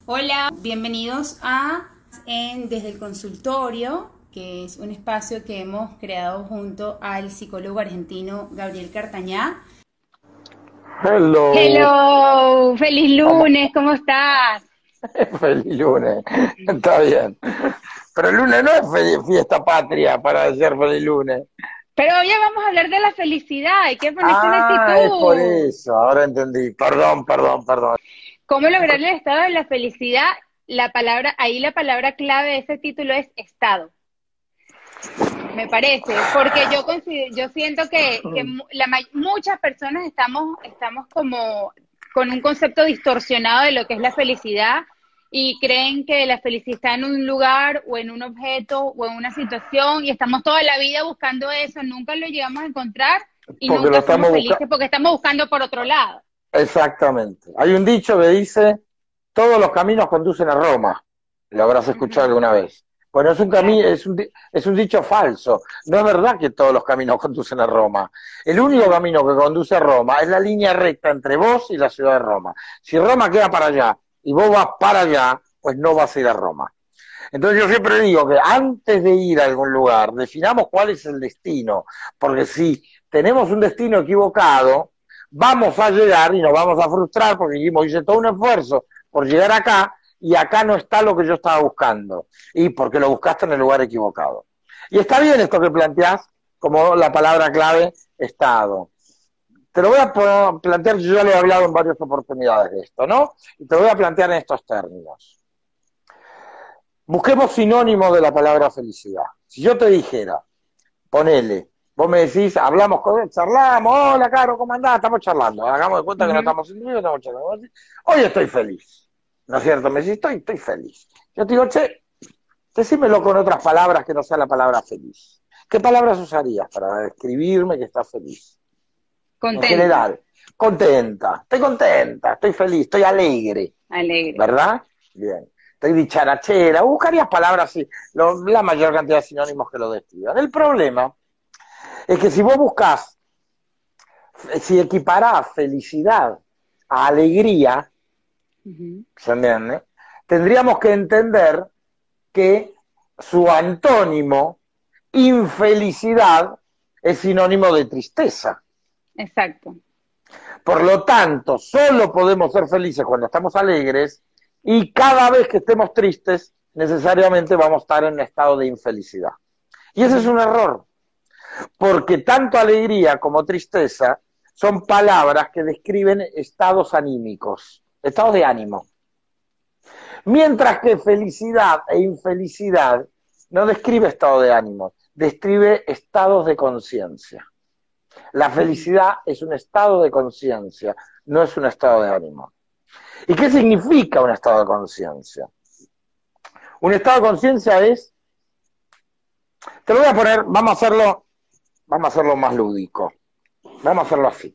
Hola, bienvenidos a Desde el Consultorio, que es un espacio que hemos creado junto al psicólogo argentino Gabriel Cartañá. Hello, Hello, feliz ¿cómo? lunes, ¿cómo estás? Feliz lunes, está bien. Pero el lunes no es fiesta patria para decir feliz lunes. Pero hoy vamos a hablar de la felicidad, hay que ponerse en Ah, es por actitud. eso, ahora entendí. Perdón, perdón, perdón. ¿Cómo lograr el estado de la felicidad? La palabra clave de ese título es estado. Me parece, porque yo siento que muchas personas estamos como con un concepto distorsionado de lo que es la felicidad y creen que la felicidad está en un lugar o en un objeto o en una situación y estamos toda la vida buscando eso, nunca lo llegamos a encontrar y Porque lo nunca somos estamos felices buscando. porque estamos buscando por otro lado. Exactamente. Hay un dicho que dice, todos los caminos conducen a Roma. Lo habrás escuchado Ujú, alguna vez. Bueno, es un camino, claro, es un dicho falso. No es verdad que todos los caminos conducen a Roma. El único no. camino que conduce a Roma es la línea recta entre vos y la ciudad de Roma. Si Roma queda para allá y vos vas para allá, pues no vas a ir a Roma. Entonces yo siempre digo que antes de ir a algún lugar, definamos cuál es el destino, porque si tenemos un destino equivocado, vamos a llegar y nos vamos a frustrar porque dijimos, hice todo un esfuerzo por llegar acá y acá no está lo que yo estaba buscando, y porque lo buscaste en el lugar equivocado. Y está bien esto que planteás como la palabra clave, Estado. Te lo voy a plantear, yo ya lo he hablado en varias oportunidades de esto, ¿no? Y te lo voy a plantear en estos términos. Busquemos sinónimos de la palabra felicidad. Si yo te dijera, ponele, vos me decís, hablamos con él, charlamos, hola Caro, ¿cómo andás? Estamos charlando, hagamos de cuenta que no Ujú. estamos en vivo, estamos charlando. Hoy estoy feliz, ¿no es cierto? Me decís, estoy feliz. Yo te digo, che, decímelo con otras palabras que no sea la palabra feliz. ¿Qué palabras usarías para describirme que estás feliz? En Contenta, general, contenta, estoy feliz, estoy alegre, alegre. ¿verdad? Bien. Estoy dicharachera, buscarías palabras así, la mayor cantidad de sinónimos que lo describan. El problema es que si vos buscas, si equiparás felicidad a alegría, Ujú. ¿se entiende? Tendríamos que entender que su antónimo, infelicidad, es sinónimo de tristeza. Exacto. Por lo tanto, solo podemos ser felices cuando estamos alegres y cada vez que estemos tristes, necesariamente vamos a estar en un estado de infelicidad. Y ese es Ujú. un error, porque tanto alegría como tristeza son palabras que describen estados anímicos, estados de ánimo. Mientras que felicidad e infelicidad no describe estado de ánimo, describe estados de conciencia. La Ujú. felicidad es un estado de conciencia, no es un estado de ánimo. ¿Y qué significa un estado de conciencia? Un estado de conciencia es, te lo voy a poner, vamos a hacerlo más lúdico, vamos a hacerlo así.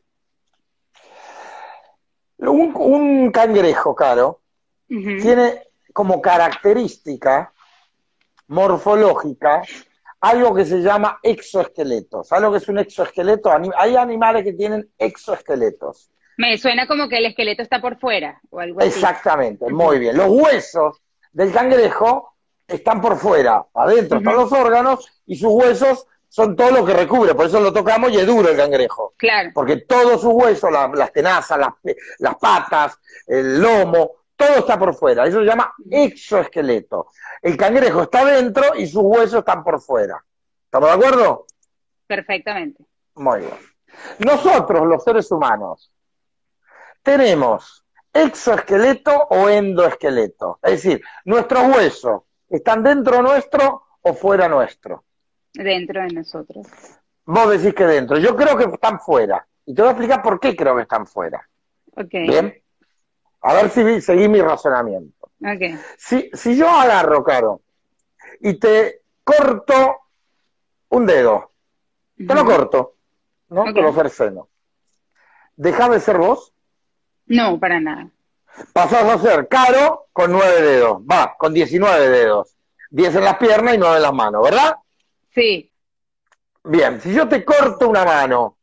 Un cangrejo, Caro, Ujú. tiene como característica morfológica algo que se llama exoesqueletos. ¿Sabes lo que es un exoesqueleto? Hay animales que tienen exoesqueletos. Me suena como que el esqueleto está por fuera o algo así. Exactamente, muy Ujú, bien. Los huesos del cangrejo están por fuera, adentro están ujú, los órganos y sus huesos son todo lo que recubre, por eso lo tocamos y es duro el cangrejo, claro. porque todos sus huesos, las tenazas, las patas, el lomo, todo está por fuera, eso se llama Ujú, exoesqueleto. El cangrejo está dentro y sus huesos están por fuera. ¿Estamos de acuerdo? perfectamente. Muy bien. Nosotros, los seres humanos, tenemos exoesqueleto o endoesqueleto. Es decir, nuestros huesos están dentro nuestro o fuera nuestro. Dentro de nosotros. Vos decís que dentro. Yo creo que están fuera. Y te voy a explicar por qué creo que están fuera. Ok, ¿Bien? A ver si seguí mi razonamiento. ok. Si yo agarro, Caro, y te corto un dedo, te lo Ujú, corto, ¿no? Te lo ok. cerceno. ¿Dejás de ser vos? No, para nada. Pasás a ser Caro con 9 dedos. Va, con 19 dedos. 10 en las piernas y 9 en las manos, ¿verdad? Sí, Bien, si yo te corto una mano,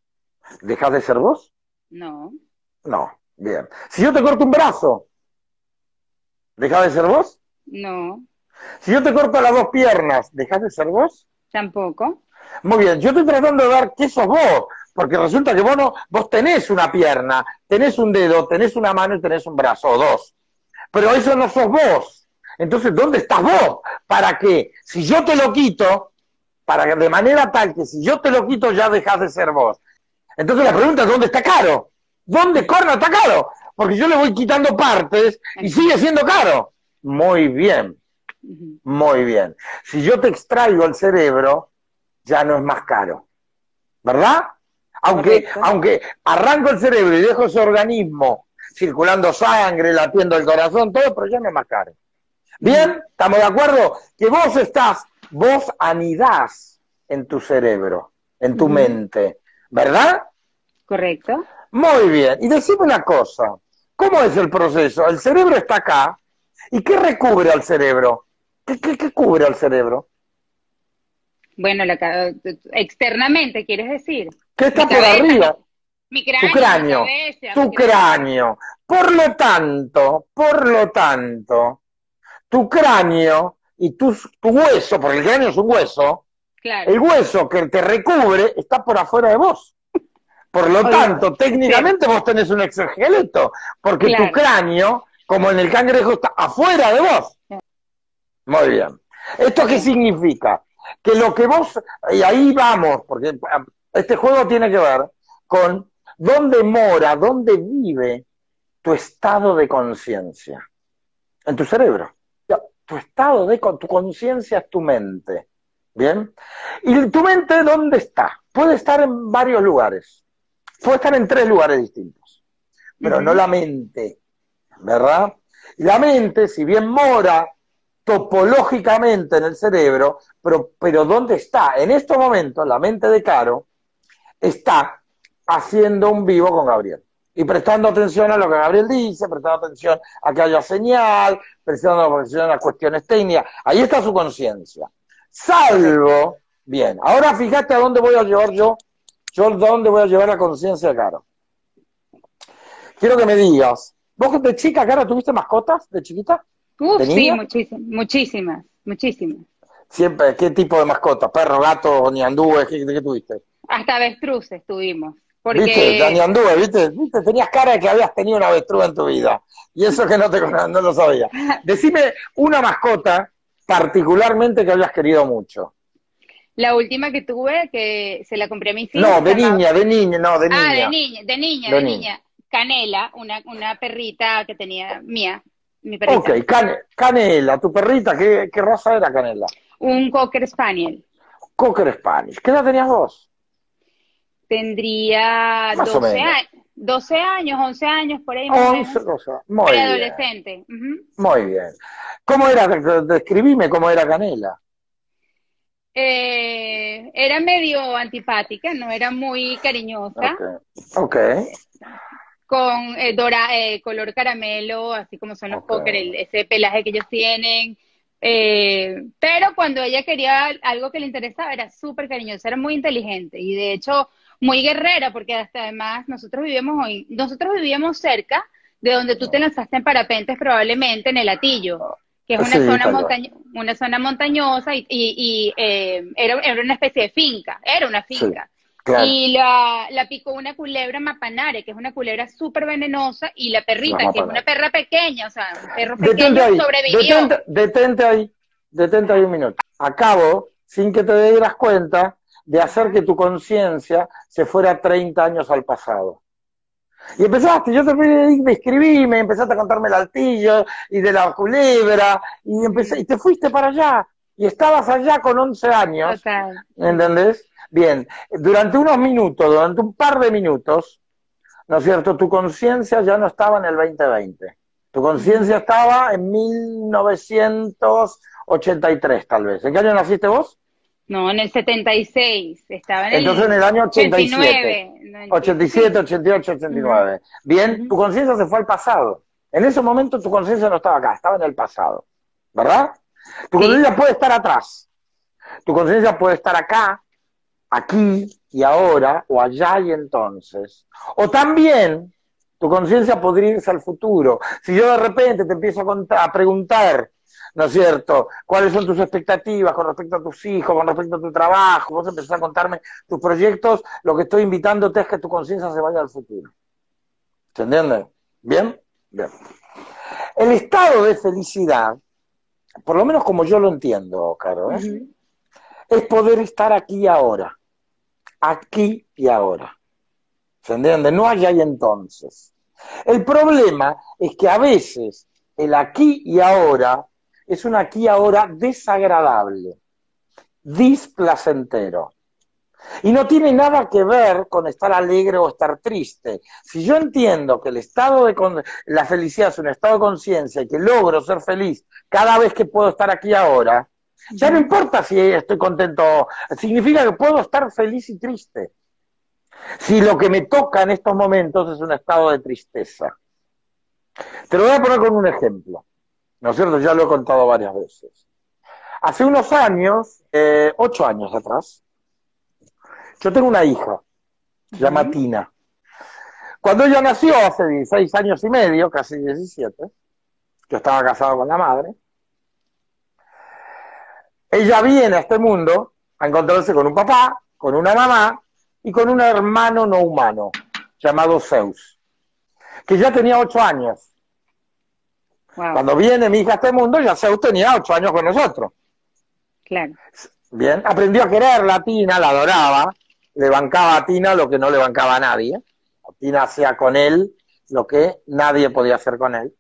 ¿dejás de ser vos? no, No, bien. Si yo te corto un brazo, ¿Dejás de ser vos? No, Si yo te corto las dos piernas, ¿dejás de ser vos? tampoco. Muy bien, yo estoy tratando de ver qué sos vos, porque resulta que vos, no, vos tenés una pierna, tenés un dedo, tenés una mano y tenés un brazo, o dos. Pero eso no sos vos. Entonces, ¿dónde estás vos? Para que, si yo te lo quito, para que de manera tal que si yo te lo quito ya dejás de ser vos. Entonces la pregunta es, ¿dónde está Caro? ¿Dónde corno está Caro? Porque yo le voy quitando partes y sigue siendo Caro. Muy bien, Ujú. muy bien. Si yo te extraigo el cerebro, ya no es más caro, ¿verdad? Correcto. Aunque arranco el cerebro y dejo ese organismo circulando sangre, latiendo el corazón, todo, pero ya no es más caro. Ujú. ¿Bien? ¿Estamos de acuerdo? Que vos anidás en tu cerebro, en tu Ujú. mente, ¿verdad? Correcto. Muy bien. Y decime una cosa, ¿cómo es el proceso? El cerebro está acá, ¿y qué recubre al cerebro? ¿Qué cubre al cerebro? Bueno, externamente, ¿quieres decir? ¿Qué Mi está por cabeza, arriba? mi Tu cráneo, mi cráneo, cabeza, mi tu cráneo. cráneo. Por lo tanto, tu cráneo y tu hueso, porque el cráneo es un hueso, el Claro. hueso que te recubre está por afuera de vos. Por lo Oye, tanto, es cierto. técnicamente vos tenés un exoesqueleto, porque tu Claro. cráneo, como en el cangrejo, está afuera de vos. Muy bien. ¿Esto qué Ok. significa? Que lo que vos, y ahí vamos, porque este juego tiene que ver con dónde mora, dónde vive tu estado de conciencia. En tu cerebro. Tu estado de tu conciencia es tu mente. ¿Bien? ¿Y tu mente dónde está? Puede estar en varios lugares. Puede estar en tres lugares distintos. Pero no Ujú. la mente. ¿Verdad? Y la mente, si bien mora topológicamente en el cerebro, pero ¿dónde está? En estos momentos, la mente de Caro está haciendo un vivo con Gabriel. Y prestando atención a lo que Gabriel dice, prestando atención a que haya señal, prestando atención a cuestiones técnicas. Ahí está su conciencia. Correcto. Salvo, bien, ahora fíjate a dónde voy a llevar yo a dónde voy a llevar la conciencia de Caro. Quiero que me digas, ¿vos de chica, Caro, tuviste mascotas de chiquita? Uf, ¿De sí, niña? muchísimas, muchísimas, muchísimas. Siempre, ¿qué tipo de mascota? ¿Perro, gato, ñandúes? ¿Qué tuviste? Hasta avestruces tuvimos, ¿Viste? porque Ñandúes, ¿viste? Tenías cara de que habías tenido una avestruz en tu vida. Y eso que no lo sabía. Decime una mascota particularmente que habías querido mucho. la última que tuve, que se la compré a mis No, hijas, se llamaba, de de niña, niña, de niña, de de niña. niña, Canela, una perrita que tenía mía, mi Ok, perrita, Canela, tu perrita, ¿qué raza era Canela? un Cocker Spaniel. Cocker Spanish. ¿Qué edad tenías vos? Tendría Más o 12 menos. años, 12 años, 11 años, por ahí más o 11, menos, 12. Muy bien, preadolescente. Ujú. muy bien. ¿Cómo era? Describime cómo era Canela. Era medio antipática, no era muy cariñosa, Ok, ok, con color caramelo, así como son los ok. cocker, ese pelaje que ellos tienen. Pero cuando ella quería algo que le interesaba, era súper cariñosa, era muy inteligente y de hecho muy guerrera, porque hasta además nosotros vivíamos cerca de donde tú te lanzaste en parapentes, probablemente en el Atillo, que es Sí, tal cual. una zona montañosa y era una especie de finca, era una Sí, finca. claro. Y la picó una culebra mapanare, que es una culebra súper venenosa, y la Las perrita, que es una mapas. perra pequeña, o sea, un perro Detente pequeño, ahí, sobrevivió. detente ahí un minuto. Acabo, sin que te dieras cuenta, de hacer Ajá. que tu conciencia se fuera 30 años al pasado. Y empezaste, yo te me escribí, me empezaste a contarme el altillo y de la culebra, y Ujú. te fuiste para allá. Y estabas allá con 11 años, Total, sí. ¿entendés? Bien, durante unos minutos, durante un par de minutos, ¿no es cierto? Tu conciencia ya no estaba en el 2020. Tu Ujú. conciencia estaba en 1983, tal vez. ¿En qué año naciste vos? No, en el 76 estaba en Entonces en el el año 87. 89, 87, sí. 88, Ujú, 89. Bien, tu ujú, conciencia se fue al pasado. En ese momento tu conciencia no estaba acá, estaba en el pasado. ¿Verdad? Tu sí. conciencia puede estar atrás. Tu conciencia puede estar acá, aquí y ahora, o allá y entonces. O también Tu conciencia podría irse al futuro. Si yo de repente te empiezo a preguntar, ¿no es cierto?, cuáles son tus expectativas con respecto a tus hijos, con respecto a tu trabajo, vos empezás a contarme tus proyectos, lo que estoy invitándote es que tu conciencia se vaya al futuro. ¿Se entiende? ¿Bien? Bien. El estado de felicidad, por lo menos como yo lo entiendo, Caro, es poder estar aquí y ahora. Aquí y ahora. ¿Se entiende? No allá y entonces. El problema es que a veces el aquí y ahora es un aquí y ahora desagradable, displacentero. Y no tiene nada que ver con estar alegre o estar triste. Si yo entiendo que el estado de la felicidad es un estado de conciencia y que logro ser feliz cada vez que puedo estar aquí ahora, ya no importa si estoy contento, significa que puedo estar feliz y triste. Si lo que me toca en estos momentos es un estado de tristeza. Te lo voy a poner con un ejemplo, ¿no es cierto? Ya lo he contado varias veces. Hace unos años, 8 años atrás, yo tengo una hija, se llama Tina. Cuando ella nació, hace 16 años y medio, casi 17, yo estaba casado con la madre, ella viene a este mundo a encontrarse con un papá, con una mamá y con un hermano no humano, llamado Zeus, que ya tenía 8 años. Wow. Cuando viene mi hija a este mundo, ya Zeus tenía 8 años con nosotros. Claro. Bien, aprendió a quererla, Tina, la adoraba, le bancaba a Tina lo que no le bancaba a nadie. Tina hacía con él lo que nadie podía hacer con él.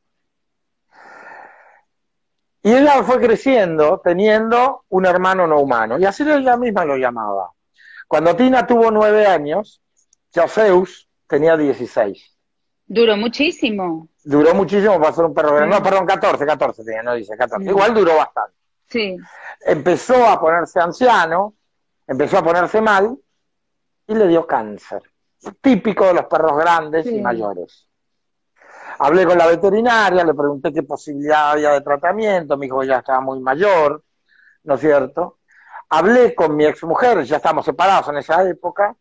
Y ella fue creciendo teniendo un hermano no humano, y así ella misma lo llamaba. Cuando Tina tuvo 9 años, ya Zeus tenía 16. Duró muchísimo. Duró muchísimo para ser un perro grande. No, perdón, 14 tenía, no dice 14. Igual duró bastante. Sí. Empezó a ponerse anciano, empezó a ponerse mal, y le dio cáncer. Típico de los perros grandes y mayores. Hablé con la veterinaria, le pregunté qué posibilidad había de tratamiento, me dijo que ya estaba muy mayor, ¿no es cierto? Hablé con mi exmujer, ya estamos separados en esa época.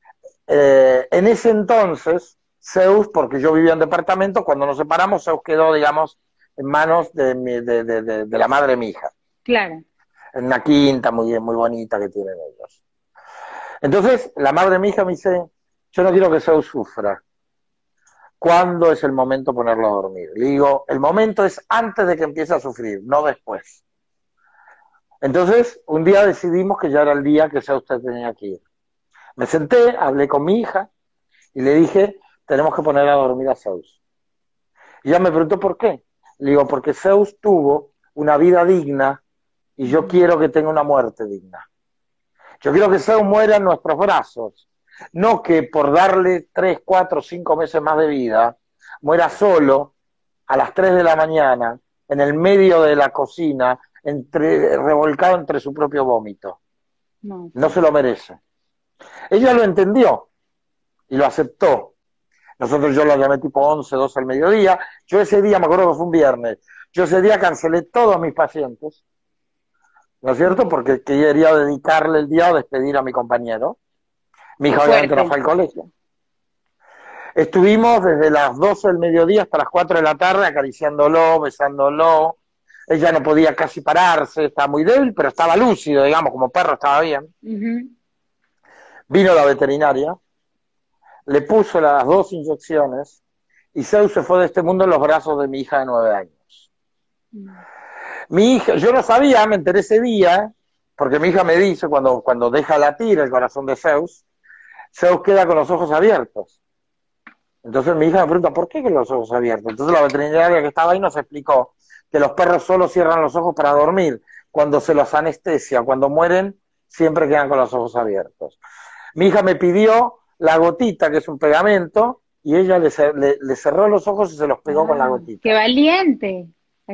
En ese entonces, Zeus, porque yo vivía en departamento, cuando nos separamos, Zeus quedó, digamos, en manos de la madre de mi hija. Claro. En una quinta muy bonita que tienen ellos. Entonces, la madre de mi hija me dice, yo no quiero que Zeus sufra. ¿Cuándo es el momento de ponerlo a dormir? Le digo, el momento es antes de que empiece a sufrir, no después. Entonces, un día decidimos que ya era el día que Zeus tenía que ir. Me senté, hablé con mi hija y le dije, tenemos que poner a dormir a Zeus. Y ella me preguntó por qué. Le digo, porque Zeus tuvo una vida digna y yo quiero que tenga una muerte digna. Yo quiero que Zeus muera en nuestros brazos. No que por darle 3, 4, 5 meses más de vida, muera solo a las 3 de la mañana, en el medio de la cocina, revolcado entre su propio vómito. No se lo merece. Ella lo entendió y lo aceptó. Yo la llamé tipo 11, 12 al mediodía. Yo ese día, me acuerdo que fue un viernes, yo ese día cancelé todos mis pacientes, ¿no es cierto? Porque quería dedicarle el día a despedir a mi compañero. Mi hija obviamente no fue al colegio. Estuvimos desde las 12 del mediodía hasta las 4 de la tarde acariciándolo, besándolo. Ella no podía casi pararse, estaba muy débil, pero estaba lúcido, digamos, como perro estaba bien. Vino la veterinaria, le puso las 2 inyecciones y Zeus se fue de este mundo en los brazos de mi hija de 9 años. Mi hija, yo no sabía, me enteré ese día, porque mi hija me dice, cuando deja latir el corazón de Zeus queda con los ojos abiertos. Entonces mi hija me pregunta, ¿por qué con los ojos abiertos? Entonces la veterinaria que estaba ahí nos explicó que los perros solo cierran los ojos para dormir, cuando se los anestesia, cuando mueren, siempre quedan con los ojos abiertos. Mi hija me pidió la gotita, que es un pegamento, y ella le cerró los ojos y se los pegó con la gotita. ¡Qué valiente!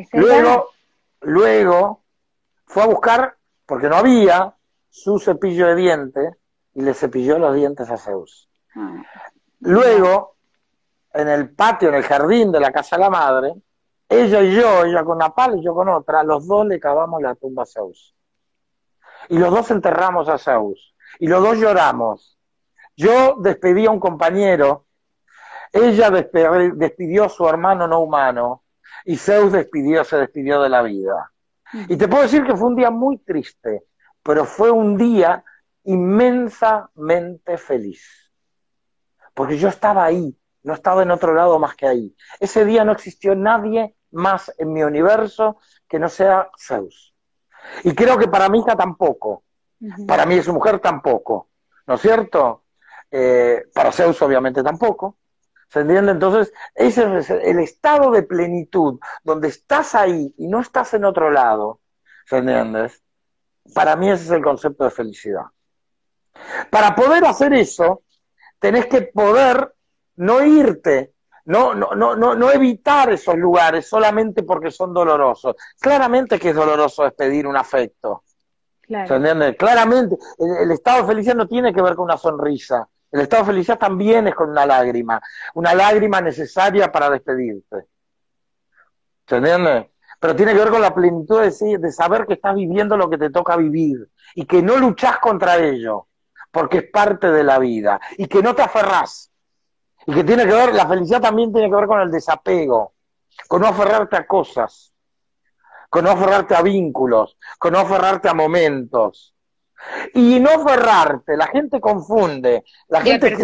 Luego fue a buscar, porque no había, su cepillo de dientes, y le cepilló los dientes a Zeus. Luego, en el patio, en el jardín de la casa de la madre, ella con una pala y yo con otra, los dos le cavamos la tumba a Zeus. Y los dos enterramos a Zeus. Y los dos lloramos. Yo despedí a un compañero Ella despidió a su hermano no humano y Zeus se despidió de la vida. Y te puedo decir que fue un día muy triste, pero fue un día inmensamente feliz. Porque yo estaba ahí, no estaba en otro lado más que ahí. Ese día no existió nadie más en mi universo que no sea Zeus. Y creo que para mi hija tampoco. Para mí y su mujer tampoco. ¿No es cierto? Para Zeus obviamente tampoco. ¿Se entiende? Entonces, ese es el estado de plenitud, donde estás ahí y no estás en otro lado. ¿Se entiende? Para mí ese es el concepto de felicidad. Para poder hacer eso, tenés que poder no irte, no evitar esos lugares solamente porque son dolorosos. Claramente que es doloroso despedir un afecto. Claro. ¿Se entiende? Claramente, el estado de felicidad no tiene que ver con una sonrisa. El estado de felicidad también es con una lágrima necesaria para despedirte. ¿Se entiende? Pero tiene que ver con la plenitud de saber que estás viviendo lo que te toca vivir y que no luchás contra ello, porque es parte de la vida, y que no te aferrás. Y que tiene que ver, la felicidad también tiene que ver con el desapego, con no aferrarte a cosas, con no aferrarte a vínculos, con no aferrarte a momentos. Y no aferrarte, la gente confunde, la gente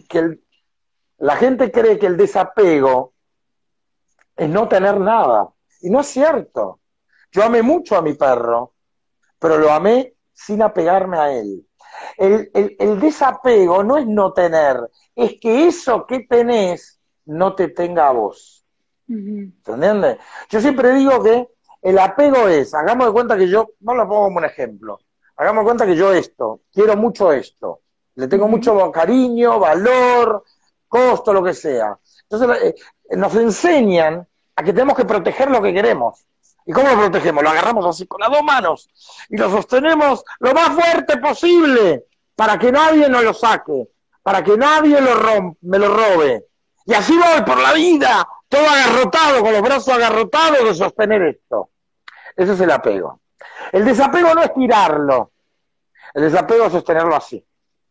cree que el desapego es no tener nada. Y no es cierto. Yo amé mucho a mi perro, pero lo amé sin apegarme a él. El desapego no es no tener, es que eso que tenés no te tenga a vos. ¿Se entiende? Yo siempre digo que el apego es, hagamos de cuenta que yo, no lo pongo como un ejemplo, hagamos de cuenta que yo quiero mucho esto, le tengo mucho cariño, valor, costo, lo que sea. Entonces nos enseñan a que tenemos que proteger lo que queremos. ¿Y cómo lo protegemos? Lo agarramos así con las dos manos y lo sostenemos lo más fuerte posible para que nadie nos lo saque, para que nadie me lo robe. Y así voy por la vida, todo agarrotado, con los brazos agarrotados de sostener esto. Ese es el apego. El desapego no es tirarlo, el desapego es sostenerlo así.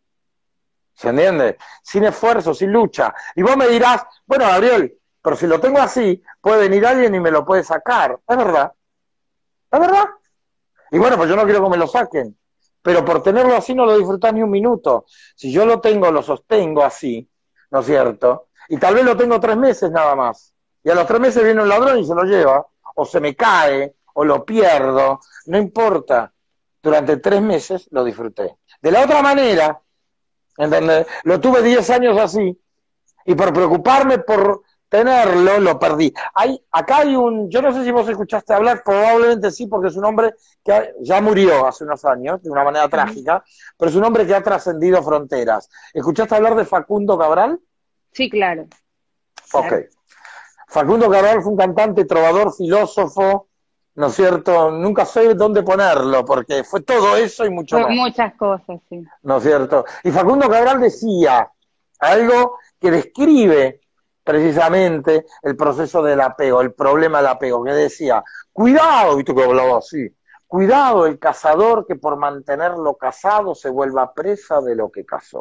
¿Se entiende? Sin esfuerzo, sin lucha. Y vos me dirás, bueno, Gabriel, pero si lo tengo así, puede venir alguien y me lo puede sacar. Es verdad. Es verdad. Y bueno, pues yo no quiero que me lo saquen. Pero por tenerlo así no lo disfrutás ni un minuto. Si yo lo tengo, lo sostengo así, ¿no es cierto? Y tal vez lo tengo 3 meses nada más. Y a los 3 meses viene un ladrón y se lo lleva. O se me cae, o lo pierdo. No importa. Durante 3 meses lo disfruté. De la otra manera, ¿entendés? Lo tuve 10 años así. Y por preocuparme por tenerlo, lo perdí. Acá hay yo no sé si vos escuchaste hablar, probablemente sí, porque es un hombre que ya murió hace unos años, de una manera trágica, pero es un hombre que ha trascendido fronteras. ¿Escuchaste hablar de Facundo Cabral? Sí, claro. Ok. Facundo Cabral fue un cantante, trovador, filósofo, ¿no es cierto? Nunca sé dónde ponerlo, porque fue todo eso y mucho más. Muchas cosas, sí. ¿No es cierto? Y Facundo Cabral decía algo que describe precisamente el proceso del apego, el problema del apego, que decía, cuidado, viste que hablaba así, cuidado el cazador que por mantenerlo cazado se vuelva presa de lo que cazó.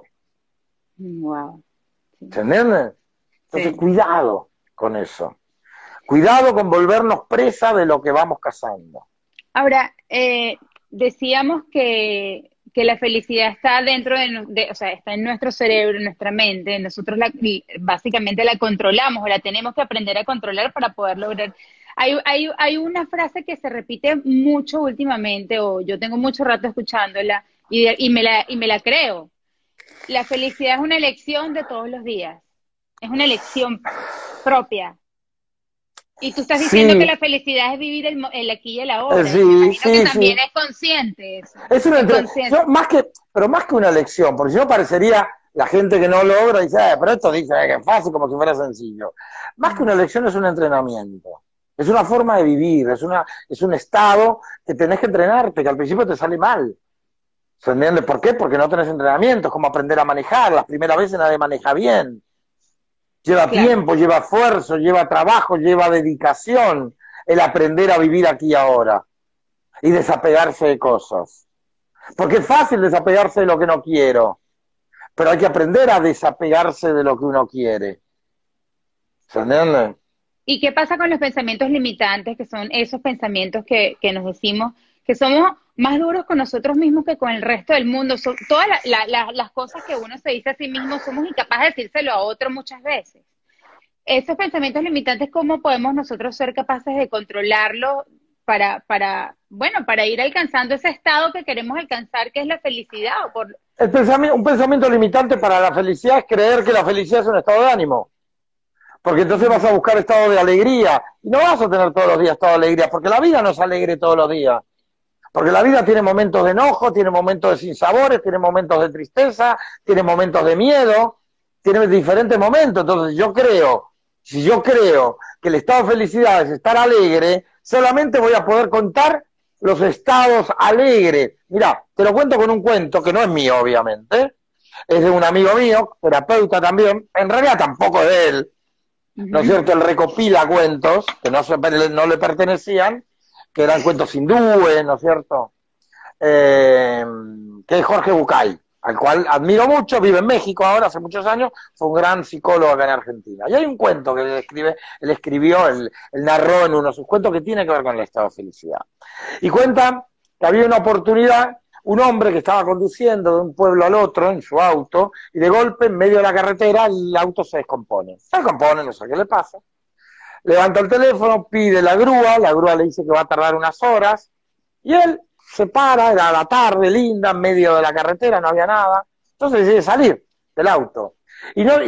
Wow. Sí. ¿Se entiende? Entonces, sí. Cuidado con eso. Cuidado con volvernos presa de lo que vamos cazando. Ahora, decíamos que la felicidad está dentro o sea, está en nuestro cerebro, en nuestra mente. Nosotros básicamente la controlamos o la tenemos que aprender a controlar para poder lograr. Hay una frase que se repite mucho últimamente, o yo tengo mucho rato escuchándola, y me la creo. La felicidad es una elección de todos los días. Es una elección propia. Y tú estás diciendo que la felicidad es vivir el aquí y el ahora. Sí, Me imagino que también es consciente eso. Es una pero más que una elección, porque si no parecería la gente que no logra dice, pero esto dice que es fácil, como si fuera sencillo. Más que una elección es un entrenamiento. Es una forma de vivir, es un estado que tenés que entrenarte, que al principio te sale mal. ¿Se entiende? ¿Por qué? Porque no tenés entrenamiento, es como aprender a manejar. Las primeras veces nadie maneja bien. Lleva tiempo, lleva esfuerzo, lleva trabajo, lleva dedicación el aprender a vivir aquí y ahora y desapegarse de cosas. Porque es fácil desapegarse de lo que no quiero, pero hay que aprender a desapegarse de lo que uno quiere. ¿Se entiende? ¿Y qué pasa con los pensamientos limitantes, que son esos pensamientos que nos decimos que somos más duros con nosotros mismos que con el resto del mundo? Son, todas las cosas que uno se dice a sí mismo somos incapaces de decírselo a otro muchas veces. Esos pensamientos limitantes, ¿cómo podemos nosotros ser capaces de controlarlos bueno, para ir alcanzando ese estado que queremos alcanzar, que es la felicidad? Un pensamiento limitante para la felicidad es creer que la felicidad es un estado de ánimo. Porque entonces vas a buscar estado de alegría. Y no vas a tener todos los días estado de alegría, porque la vida no es alegre todos los días. Porque la vida tiene momentos de enojo, tiene momentos de sinsabores, tiene momentos de tristeza, tiene momentos de miedo, tiene diferentes momentos. Entonces si yo creo que el estado de felicidad es estar alegre, solamente voy a poder contar los estados alegres. Mirá, te lo cuento con un cuento que no es mío, obviamente. Es de un amigo mío, terapeuta también. En realidad tampoco es de él, ¿no es cierto? Él recopila cuentos que no le pertenecían, que eran cuentos hindúes, ¿no es cierto? Que es Jorge Bucay, al cual admiro mucho, vive en México ahora, hace muchos años, fue un gran psicólogo acá en Argentina. Y hay un cuento que él narró en uno de sus cuentos que tiene que ver con el estado de felicidad. Y cuenta que había una oportunidad, un hombre que estaba conduciendo de un pueblo al otro en su auto, y de golpe, en medio de la carretera, el auto se descompone. Se descompone, no sé qué le pasa. Levanta el teléfono, pide la grúa le dice que va a tardar unas horas, y él se para, era la tarde, linda, en medio de la carretera, no había nada. Entonces decide salir del auto. Y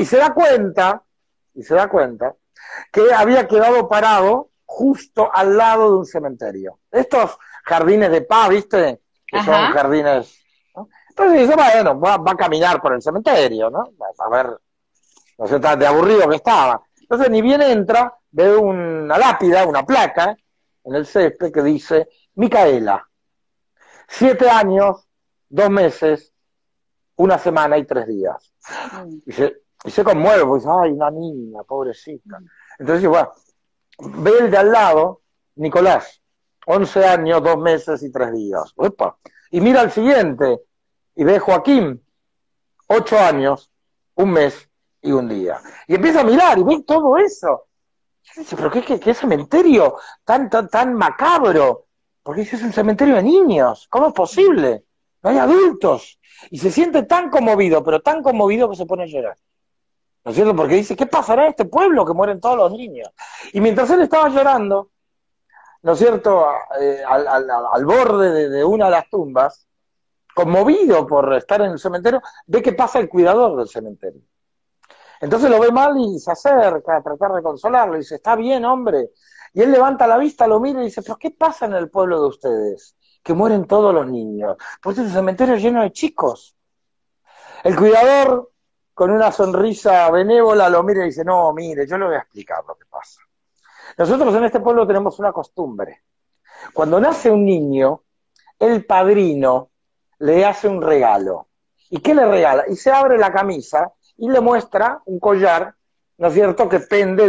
se da cuenta que había quedado parado justo al lado de un cementerio. Estos jardines de paz, ¿viste? Que son Ajá. jardines, ¿no? Entonces dice, bueno, va a caminar por el cementerio, ¿no? A ver, no sé, de aburrido que estaba. Entonces ni bien entra, ve una lápida, una placa en el césped que dice Micaela, 7 años, 2 meses, 1 semana y 3 días. Mm. Y se conmueve, porque dice, ay, una niña, pobrecita. Entonces, bueno, ve el de al lado, Nicolás, 11 años, 2 meses y 3 días. Uepa. Y mira al siguiente, y ve Joaquín, 8 años, 1 mes y 1 día. Y empieza a mirar y ve todo eso. Y dice, pero qué cementerio tan macabro. Porque ese es un cementerio de niños. ¿Cómo es posible? No hay adultos. Y se siente tan conmovido, pero tan conmovido que se pone a llorar. ¿No es cierto? Porque dice, ¿qué pasará en este pueblo que mueren todos los niños? Y mientras él estaba llorando, ¿no es cierto? Al borde de una de las tumbas, conmovido por estar en el cementerio, ve que pasa el cuidador del cementerio. Entonces lo ve mal y se acerca a tratar de consolarlo. Y dice, está bien, hombre. Y él levanta la vista, lo mira y dice, ¿pero qué pasa en el pueblo de ustedes? Que mueren todos los niños. Pues es un cementerio lleno de chicos. El cuidador, con una sonrisa benévola, lo mira y dice, no, mire, yo le voy a explicar lo que pasa. Nosotros en este pueblo tenemos una costumbre. Cuando nace un niño, el padrino le hace un regalo. ¿Y qué le regala? Y se abre la camisa y le muestra un collar, ¿no es cierto?, que pende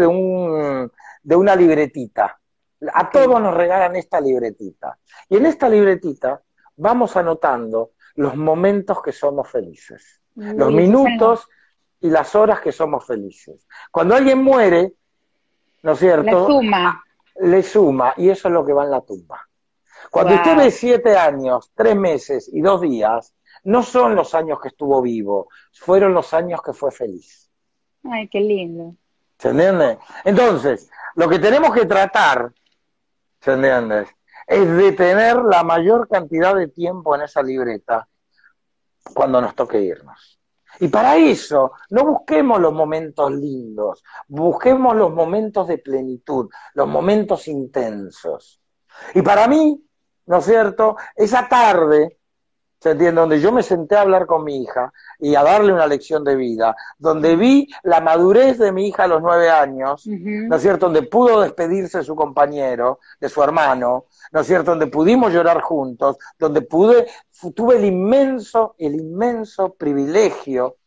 de una libretita. A todos nos regalan esta libretita. Y en esta libretita vamos anotando los momentos que somos felices, los Uy, minutos y las horas que somos felices. Cuando alguien muere, ¿no es la cierto?, suma. le suma, y eso es lo que va en la tumba. Cuando usted ve Wow. 7 años, 3 meses y 2 días, no son los años que estuvo vivo, fueron los años que fue feliz. Ay, qué lindo. ¿Se entiende? Entonces, lo que tenemos que tratar, ¿se entiende?, es de tener la mayor cantidad de tiempo en esa libreta cuando nos toque irnos. Y para eso, no busquemos los momentos lindos, busquemos los momentos de plenitud, los momentos intensos. Y para mí, ¿no es cierto?, esa tarde, ¿se entiende?, donde yo me senté a hablar con mi hija y a darle una lección de vida, donde vi la madurez de mi hija a los 9 años, ¿no Ujú. es cierto?, donde pudo despedirse de su compañero, de su hermano, ¿no es cierto?, donde pudimos llorar juntos, donde tuve el inmenso privilegio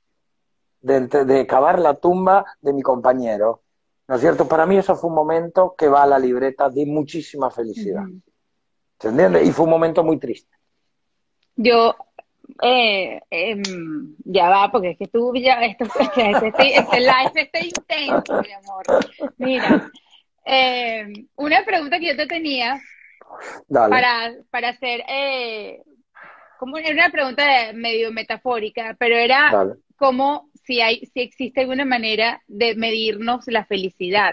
de cavar la tumba de mi compañero, ¿no es cierto? Para mí eso fue un momento que va a la libreta de muchísima felicidad. Ujú. ¿Se entiende? Y fue un momento muy triste. Yo Ya va, porque es que tú ya, este live está intenso, mi amor. Mira, una pregunta que yo te tenía Dale, para hacer, como era una pregunta medio metafórica, pero era dale. como si existe alguna manera de medirnos la felicidad.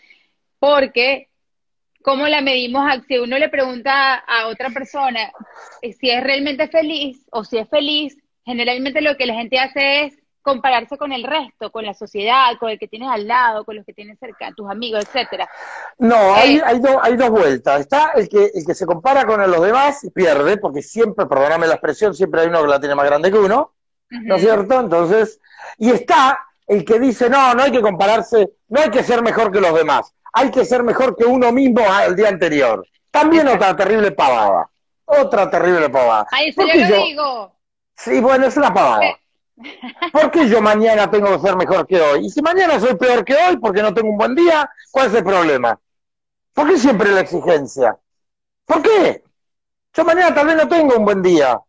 Porque ¿cómo la medimos? Si uno le pregunta a otra persona si es realmente feliz o si es feliz, generalmente lo que la gente hace es compararse con el resto, con la sociedad, con el que tienes al lado, con los que tienes cerca, tus amigos, etcétera. No, Eh, hay dos vueltas. Está el que se compara con los demás y pierde, porque siempre, perdóname la expresión, siempre hay uno que la tiene más grande que uno, ¿no es Ujú, cierto? Entonces, y está el que dice, no, no hay que compararse, no hay que ser mejor que los demás, hay que ser mejor que uno mismo al día anterior. También exacto. otra terrible pavada, otra terrible pavada. Ay, eso yo Porque lo yo, digo. sí, bueno, es una pavada. Pe- ¿Por qué yo mañana tengo que ser mejor que hoy? Y si mañana soy peor que hoy porque no tengo un buen día, ¿cuál es el problema? ¿Por qué siempre la exigencia? ¿Por qué? Yo mañana tal vez no tengo un buen día.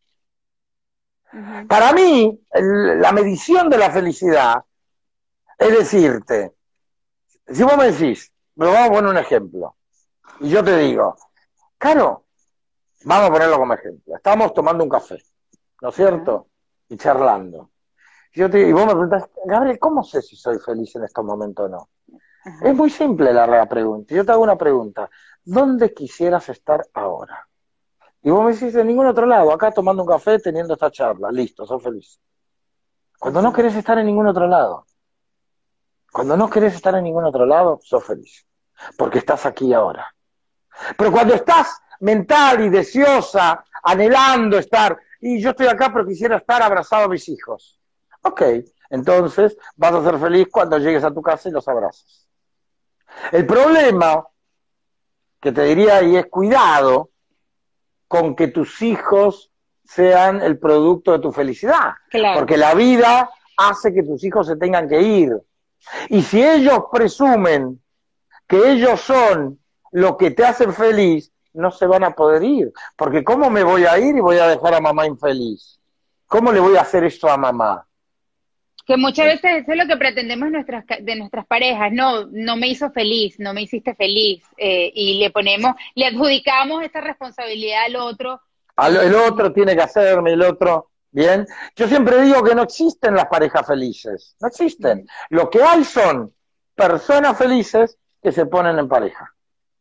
Ujú, Para mí, la medición de la felicidad es decirte, si vos me decís, pero vamos a poner un ejemplo, y yo te digo, claro, vamos a ponerlo como ejemplo, estamos tomando un café, ¿no es ajá, cierto? Y charlando. Y vos me preguntás, Gabriel, ¿cómo sé si soy feliz en estos momentos o no? Es ajá. muy simple la pregunta. Yo te hago una pregunta. ¿Dónde quisieras estar ahora? Y vos me decís, de ningún otro lado, acá tomando un café, teniendo esta charla. Listo, sos feliz. Cuando no Ujú. querés estar en ningún otro lado, cuando no querés estar en ningún otro lado, sos feliz. Porque estás aquí ahora. Pero cuando estás mental y deseosa, anhelando estar, y yo estoy acá pero quisiera estar abrazado a mis hijos. Ok, entonces vas a ser feliz cuando llegues a tu casa y los abrazas. El problema que te diría ahí es cuidado con que tus hijos sean el producto de tu felicidad, Claro. porque la vida hace que tus hijos se tengan que ir. Y si ellos presumen que ellos son lo que te hacen feliz, no se van a poder ir, porque ¿cómo me voy a ir y voy a dejar a mamá infeliz? ¿Cómo le voy a hacer esto a mamá? Que muchas veces eso es lo que pretendemos de nuestras parejas. No, no me hizo feliz, no me hiciste feliz. Y le adjudicamos esa responsabilidad al otro. El Y otro tiene que hacerme, el otro, ¿bien? Yo siempre digo que no existen las parejas felices, no existen. ujú, Lo que hay son personas felices que se ponen en pareja.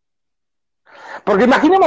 Porque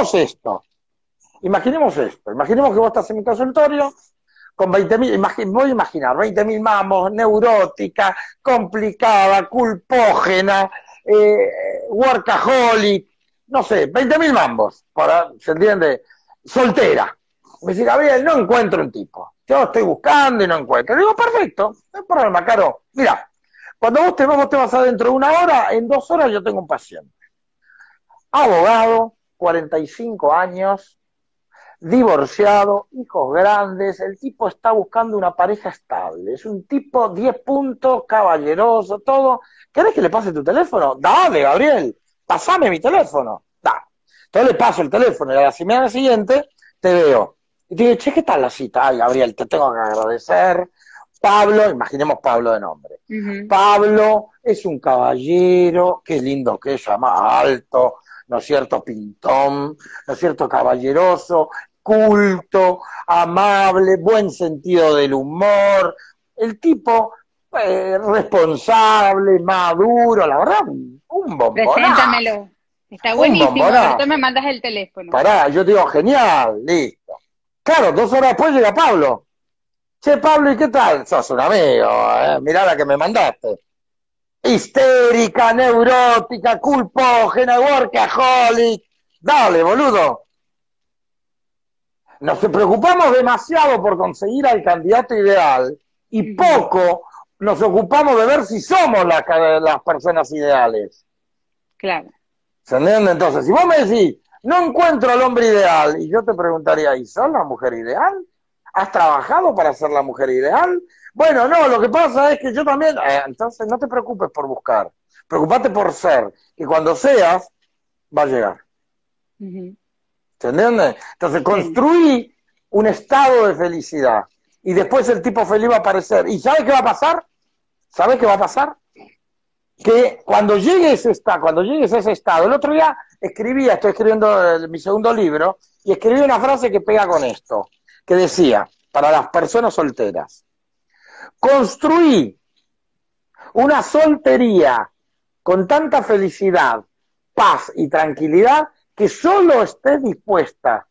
imaginemos que vos estás en mi consultorio con 20.000, voy a imaginar, 20.000 mamos, neurótica, complicada, culpógena, workaholic, no sé, 20.000 mambos, ¿se entiende? Soltera. Me dice, Gabriel, no encuentro un tipo. Yo estoy buscando y no encuentro. Le digo, perfecto, no hay problema, Caro. Mira, cuando vos te vas adentro de una hora, en 2 horas yo tengo un paciente. Abogado, 45 años, divorciado, hijos grandes, el tipo está buscando una pareja estable, es un tipo 10 puntos, caballeroso, todo. ¿Querés que le pase tu teléfono? Dale, Gabriel, pasame mi teléfono. Da. Entonces le paso el teléfono y a la semana siguiente te veo. Y te digo, che, ¿qué tal la cita? Ay, Gabriel, te tengo que agradecer. Pablo, imaginemos Pablo de nombre. ujú. Pablo es un caballero, qué lindo que es, llama alto, ¿no es cierto? Pintón, ¿no es cierto? Caballeroso, culto, amable, buen sentido del humor, el tipo responsable, maduro, la verdad, un bombonazo, Preséntamelo. Está un buenísimo. Ahorita bombonazo. me mandas el teléfono. Pará, yo te digo, genial, listo. Claro, 2 horas después llega Pablo. Che, Pablo, ¿y qué tal? Sos un amigo, mirá la que me mandaste. Histérica, neurótica, culpógena, workaholic. Dale, boludo. Nos preocupamos demasiado por conseguir al candidato ideal y Ujú, poco nos ocupamos de ver si somos las personas ideales. claro. ¿Se entiende? Entonces, si vos me decís, no encuentro al hombre ideal, y yo te preguntaría, ¿y sos la mujer ideal? ¿Has trabajado para ser la mujer ideal? Bueno, no, lo que pasa es que yo también, entonces no te preocupes por buscar, preocupate por ser, que cuando seas, va a llegar. Ujú, ¿Se entiende? Entonces, sí. construí un estado de felicidad. Y después el tipo feliz va a aparecer. ¿Y sabe qué va a pasar? ¿Sabe qué va a pasar? Que cuando llegues a ese estado, el otro día estoy escribiendo mi segundo libro, y escribí una frase que pega con esto, que decía, para las personas solteras, construí una soltería con tanta felicidad, paz y tranquilidad que solo estés dispuesta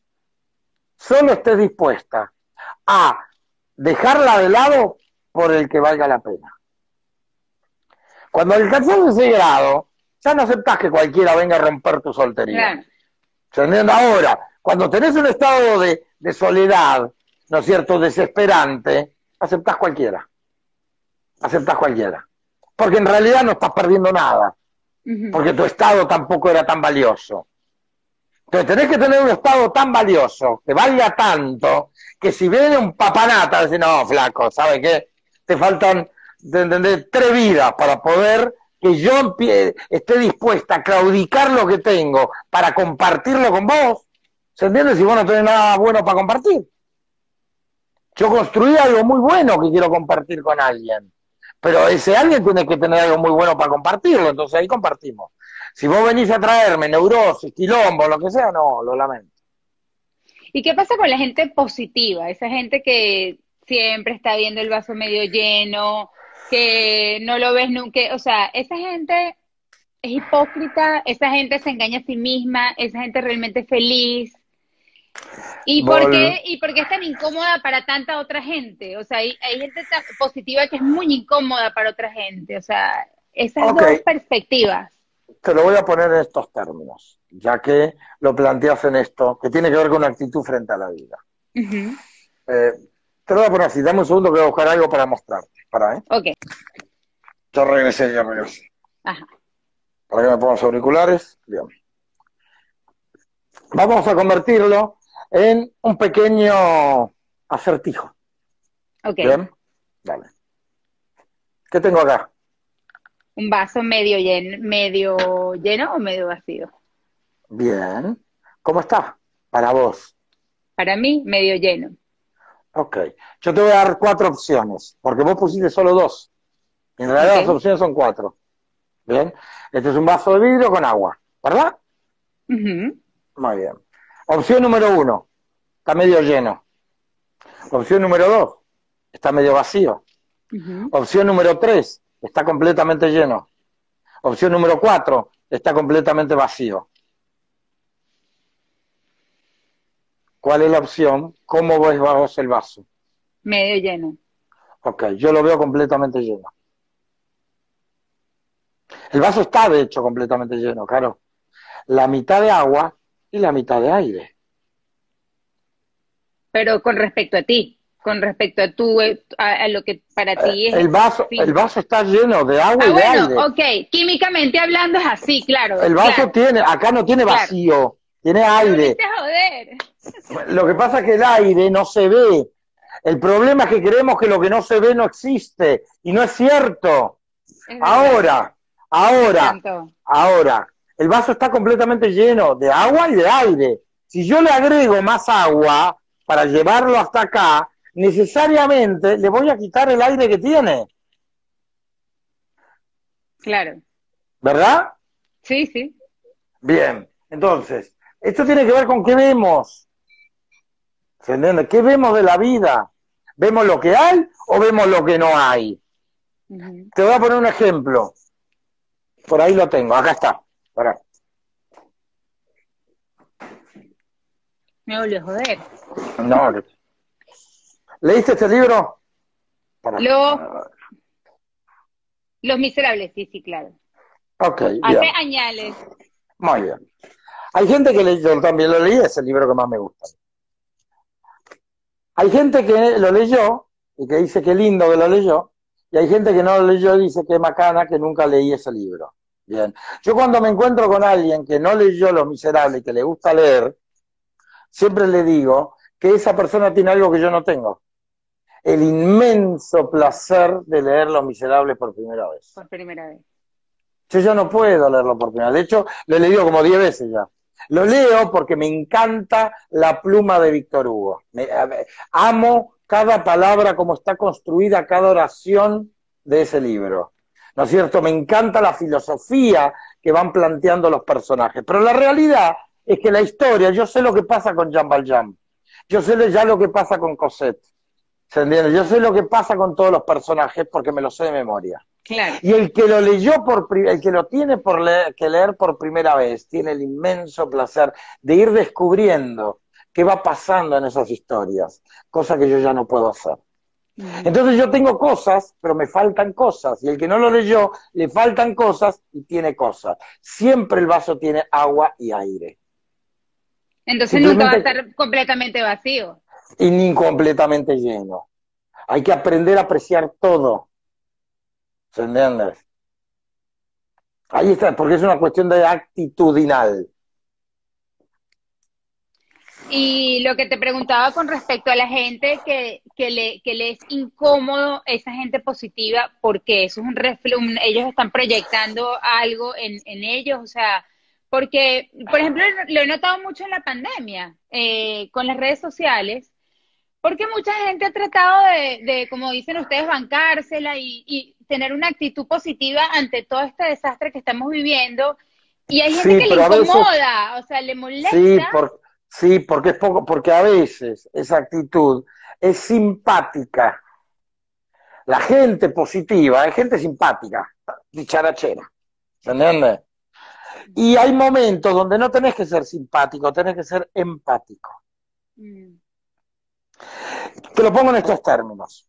a dejarla de lado por el que valga la pena. Cuando alcanzás ese grado, ya no aceptás que cualquiera venga a romper tu soltería. Claro. ¿Se entiende? Ahora, cuando tenés un estado de soledad, ¿no es cierto?, desesperante, aceptás cualquiera. Aceptás cualquiera. Porque en realidad no estás perdiendo nada. Porque tu estado tampoco era tan valioso. Entonces tenés que tener un estado tan valioso, que valga tanto, que si viene un papanata, decís, no, flaco, ¿sabes qué? Te faltan, ¿entendés?, 3 vidas para poder que yo esté dispuesta a claudicar lo que tengo para compartirlo con vos. ¿Se entiende? Si vos no tenés nada bueno para compartir. Yo construí algo muy bueno que quiero compartir con alguien. Pero ese alguien tiene que tener algo muy bueno para compartirlo, entonces ahí compartimos. Si vos venís a traerme neurosis, quilombo, lo que sea, no, lo lamento. ¿Y qué pasa con la gente positiva? Esa gente que siempre está viendo el vaso medio lleno, que no lo ves nunca. O sea, esa gente es hipócrita, esa gente se engaña a sí misma, esa gente realmente es feliz. ¿Y por qué es tan incómoda para tanta otra gente? O sea, hay gente tan positiva que es muy incómoda para otra gente. O sea, esas dos perspectivas. Te lo voy a poner en estos términos, ya que lo planteas en esto, que tiene que ver con una actitud frente a la vida. Te lo voy a poner así, dame un segundo que voy a buscar algo para mostrarte. Ok. Yo regresé. Ajá. Para que me ponga los auriculares. Bien. Vamos a convertirlo en un pequeño acertijo. Ok. Bien. Dale. ¿Qué tengo acá? Un vaso medio lleno o medio vacío. Bien. ¿Cómo está? Para vos. Para mí, medio lleno. Ok. Yo te voy a dar 4 opciones, porque vos pusiste solo 2. En realidad las opciones son 4. Bien. Este es un vaso de vidrio con agua, ¿verdad? Muy bien. Opción número 1, está medio lleno. Opción número 2, está medio vacío. Opción número 3, está completamente lleno. Opción número 4, está completamente vacío. ¿Cuál es la opción? ¿Cómo ves vos el vaso? Medio lleno. Ok, yo lo veo completamente lleno. El vaso está, de hecho, completamente lleno, claro. La mitad de agua y la mitad de aire. Pero con respecto a ti, con respecto a lo que para ti es... El vaso está lleno de agua y de aire. Ok, químicamente hablando es así, claro. El vaso acá no tiene vacío, tiene aire. Joder. Lo que pasa es que el aire no se ve. El problema es que creemos que lo que no se ve no existe, y no es cierto. Ahora, el vaso está completamente lleno de agua y de aire. Si yo le agrego más agua para llevarlo hasta acá, necesariamente le voy a quitar el aire que tiene. Claro. ¿Verdad? Sí, sí. Bien, entonces, esto tiene que ver con qué vemos. ¿Se entiende? ¿Qué vemos de la vida? ¿Vemos lo que hay o vemos lo que no hay? Te voy a poner un ejemplo. Por ahí lo tengo, acá está. Pará. Me volvió a joder. No. ¿Leíste este libro? Los Miserables, sí, claro. Ok, bien. Hace añales. Muy bien. Hay gente que yo también lo leí, es el libro que más me gusta. Hay gente que lo leyó y que dice que lindo que lo leyó, y hay gente que no lo leyó y dice que macana que nunca leí ese libro. Bien. Yo cuando me encuentro con alguien que no leyó Los Miserables y que le gusta leer, siempre le digo que esa persona tiene algo que yo no tengo. El inmenso placer de leer Los Miserables por primera vez. Por primera vez. Yo ya no puedo leerlo por primera vez. De hecho, lo he leído como 10 veces ya. Lo leo porque me encanta la pluma de Víctor Hugo. Amo cada palabra, cómo está construida cada oración de ese libro. ¿No es cierto? Me encanta la filosofía que van planteando los personajes. Pero la realidad es que la historia, yo sé lo que pasa con Jean Valjean. Yo sé ya lo que pasa con Cosette. ¿Se entiende? Yo sé lo que pasa con todos los personajes porque me lo sé de memoria. Claro. Y el que lo leyó el que lo tiene que leer por primera vez, tiene el inmenso placer de ir descubriendo qué va pasando en esas historias, cosa que yo ya no puedo hacer. Entonces yo tengo cosas, pero me faltan cosas, y el que no lo leyó, le faltan cosas y tiene cosas. Siempre el vaso tiene agua y aire. Entonces nunca va a estar completamente vacío. Y ni completamente lleno. Hay que aprender a apreciar todo. ¿Se entiende? Ahí está, porque es una cuestión de actitudinal. Y lo que te preguntaba con respecto a la gente que le es incómodo esa gente positiva, porque eso es ellos están proyectando algo en ellos, o sea, porque, por ejemplo, lo he notado mucho en la pandemia, con las redes sociales, porque mucha gente ha tratado como dicen ustedes, bancársela y tener una actitud positiva ante todo este desastre que estamos viviendo, y hay gente que le incomoda, o sea, le molesta. Sí, porque es poco, porque a veces esa actitud es simpática. La gente positiva es gente simpática, dicharachera, ¿se entiende? Y hay momentos donde no tenés que ser simpático, tenés que ser empático. Te lo pongo en estos términos.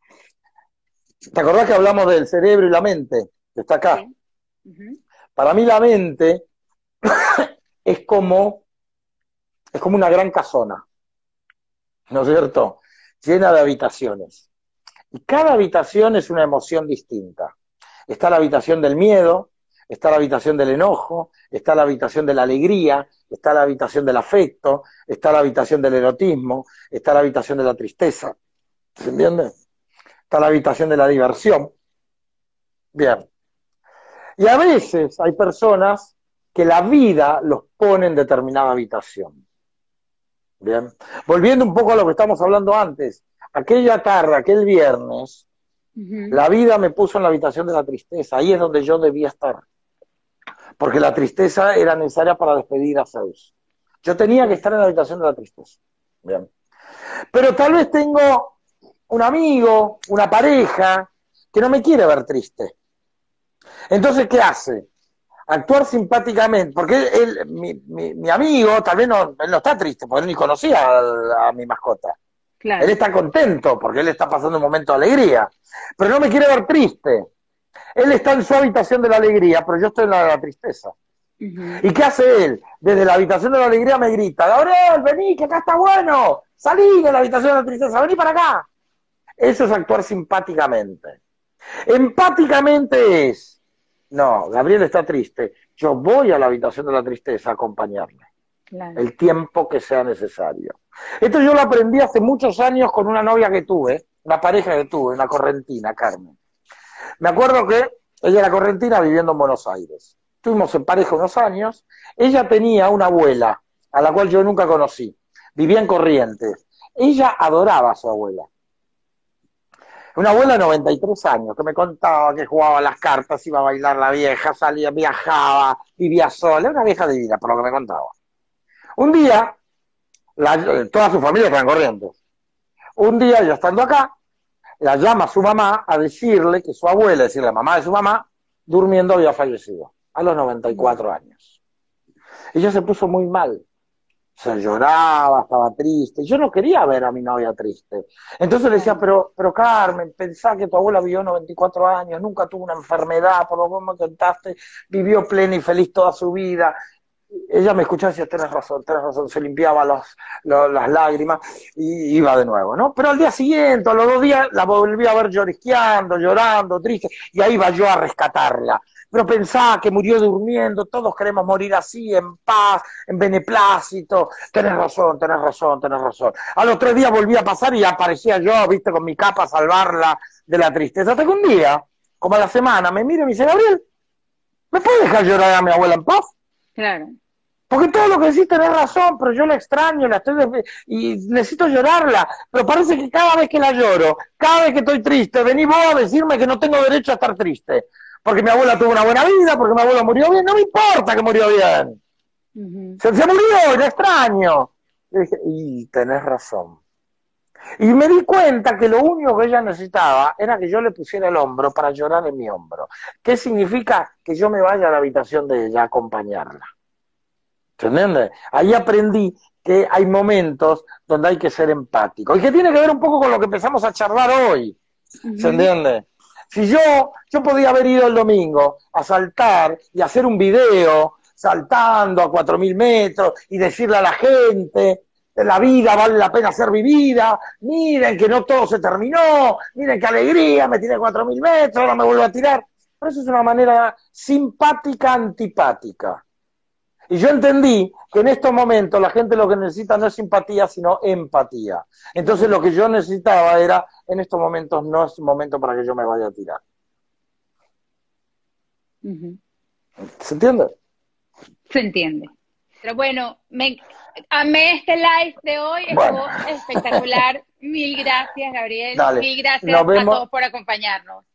¿Te acordás que hablamos del cerebro y la mente? Que está acá. Sí. Para mí la mente es como una gran casona, ¿no es cierto? Llena de habitaciones. Y cada habitación es una emoción distinta. Está la habitación del miedo, está la habitación del enojo, está la habitación de la alegría, está la habitación del afecto, está la habitación del erotismo, está la habitación de la tristeza. ¿Se entiende? Está la habitación de la diversión. Bien. Y a veces hay personas que la vida los pone en determinada habitación. Bien. Volviendo un poco a lo que estamos hablando antes, aquella tarde, aquel viernes, la vida me puso en la habitación de la tristeza, ahí es donde yo debía estar, porque la tristeza era necesaria para despedir a Zeus. Yo tenía que estar en la habitación de la tristeza. Bien. Pero tal vez tengo un amigo, una pareja, que no me quiere ver triste. Entonces, ¿qué hace? Actuar simpáticamente, porque mi amigo tal vez él no está triste, porque él ni conocía a mi mascota. Claro. Él está contento, porque él está pasando un momento de alegría, pero no me quiere ver triste. Él está en su habitación de la alegría, pero yo estoy en la de la tristeza. ¿Y qué hace él? Desde la habitación de la alegría me grita, Gabriel, vení, que acá está bueno, salí de la habitación de la tristeza, vení para acá. Eso es actuar simpáticamente. Empáticamente es, no, Gabriel está triste, yo voy a la habitación de la tristeza a acompañarle. Claro. El tiempo que sea necesario. Esto yo lo aprendí hace muchos años con una novia que tuve, una pareja que tuve, una correntina, Carmen. Me acuerdo que ella era correntina viviendo en Buenos Aires. Estuvimos en pareja unos años. Ella tenía una abuela, a la cual yo nunca conocí. Vivía en Corrientes. Ella adoraba a su abuela. Una abuela de 93 años, que me contaba que jugaba a las cartas, iba a bailar la vieja, salía, viajaba, vivía sola. Era una vieja divina, por lo que me contaba. Un día, toda su familia está en Corrientes. Un día, yo estando acá, la llama a su mamá a decirle que su abuela, es decir, la mamá de su mamá, durmiendo había fallecido, a los 94 años. Ella se puso muy mal. Se lloraba, estaba triste. Yo no quería ver a mi novia triste. Entonces le decía, pero Carmen, pensá que tu abuela vivió 94 años, nunca tuvo una enfermedad, por lo que me contaste, vivió plena y feliz toda su vida. Ella me escuchaba y decía, tenés razón, se limpiaba las lágrimas y iba de nuevo, ¿no? Pero al día siguiente, a los 2 días, la volví a ver llorisqueando, llorando, triste, y ahí iba yo a rescatarla. Pero pensá que murió durmiendo, todos queremos morir así, en paz, en beneplácito, tenés razón. A los 3 días volví a pasar y aparecía yo, viste, con mi capa a salvarla de la tristeza. Hasta que un día, como a la semana, me mira y me dice, Gabriel, ¿me puedes dejar llorar a mi abuela en paz? Claro. Porque todo lo que decís tenés razón, pero yo la extraño, y necesito llorarla. Pero parece que cada vez que la lloro, cada vez que estoy triste, venís vos a decirme que no tengo derecho a estar triste. Porque mi abuela tuvo una buena vida, porque mi abuelo murió bien, no me importa que murió bien. Se murió, la extraño. Y tenés razón. Y me di cuenta que lo único que ella necesitaba era que yo le pusiera el hombro para llorar en mi hombro. ¿Qué significa? Que yo me vaya a la habitación de ella a acompañarla. ¿Se entiende? Ahí aprendí que hay momentos donde hay que ser empático. Y que tiene que ver un poco con lo que empezamos a charlar hoy. ¿Se entiende? Si yo podía haber ido el domingo a saltar y hacer un video saltando a 4.000 metros y decirle a la gente, la vida vale la pena ser vivida, miren que no todo se terminó, miren qué alegría, me tiré 4.000 metros, ahora me vuelvo a tirar. Pero eso es una manera simpática, antipática. Y yo entendí que en estos momentos la gente lo que necesita no es simpatía, sino empatía. Entonces lo que yo necesitaba era, en estos momentos no es un momento para que yo me vaya a tirar. ¿Se entiende? Se entiende. Pero bueno, amé este live de hoy, estuvo espectacular. Mil gracias, Gabriel. Dale. Mil gracias a todos por acompañarnos.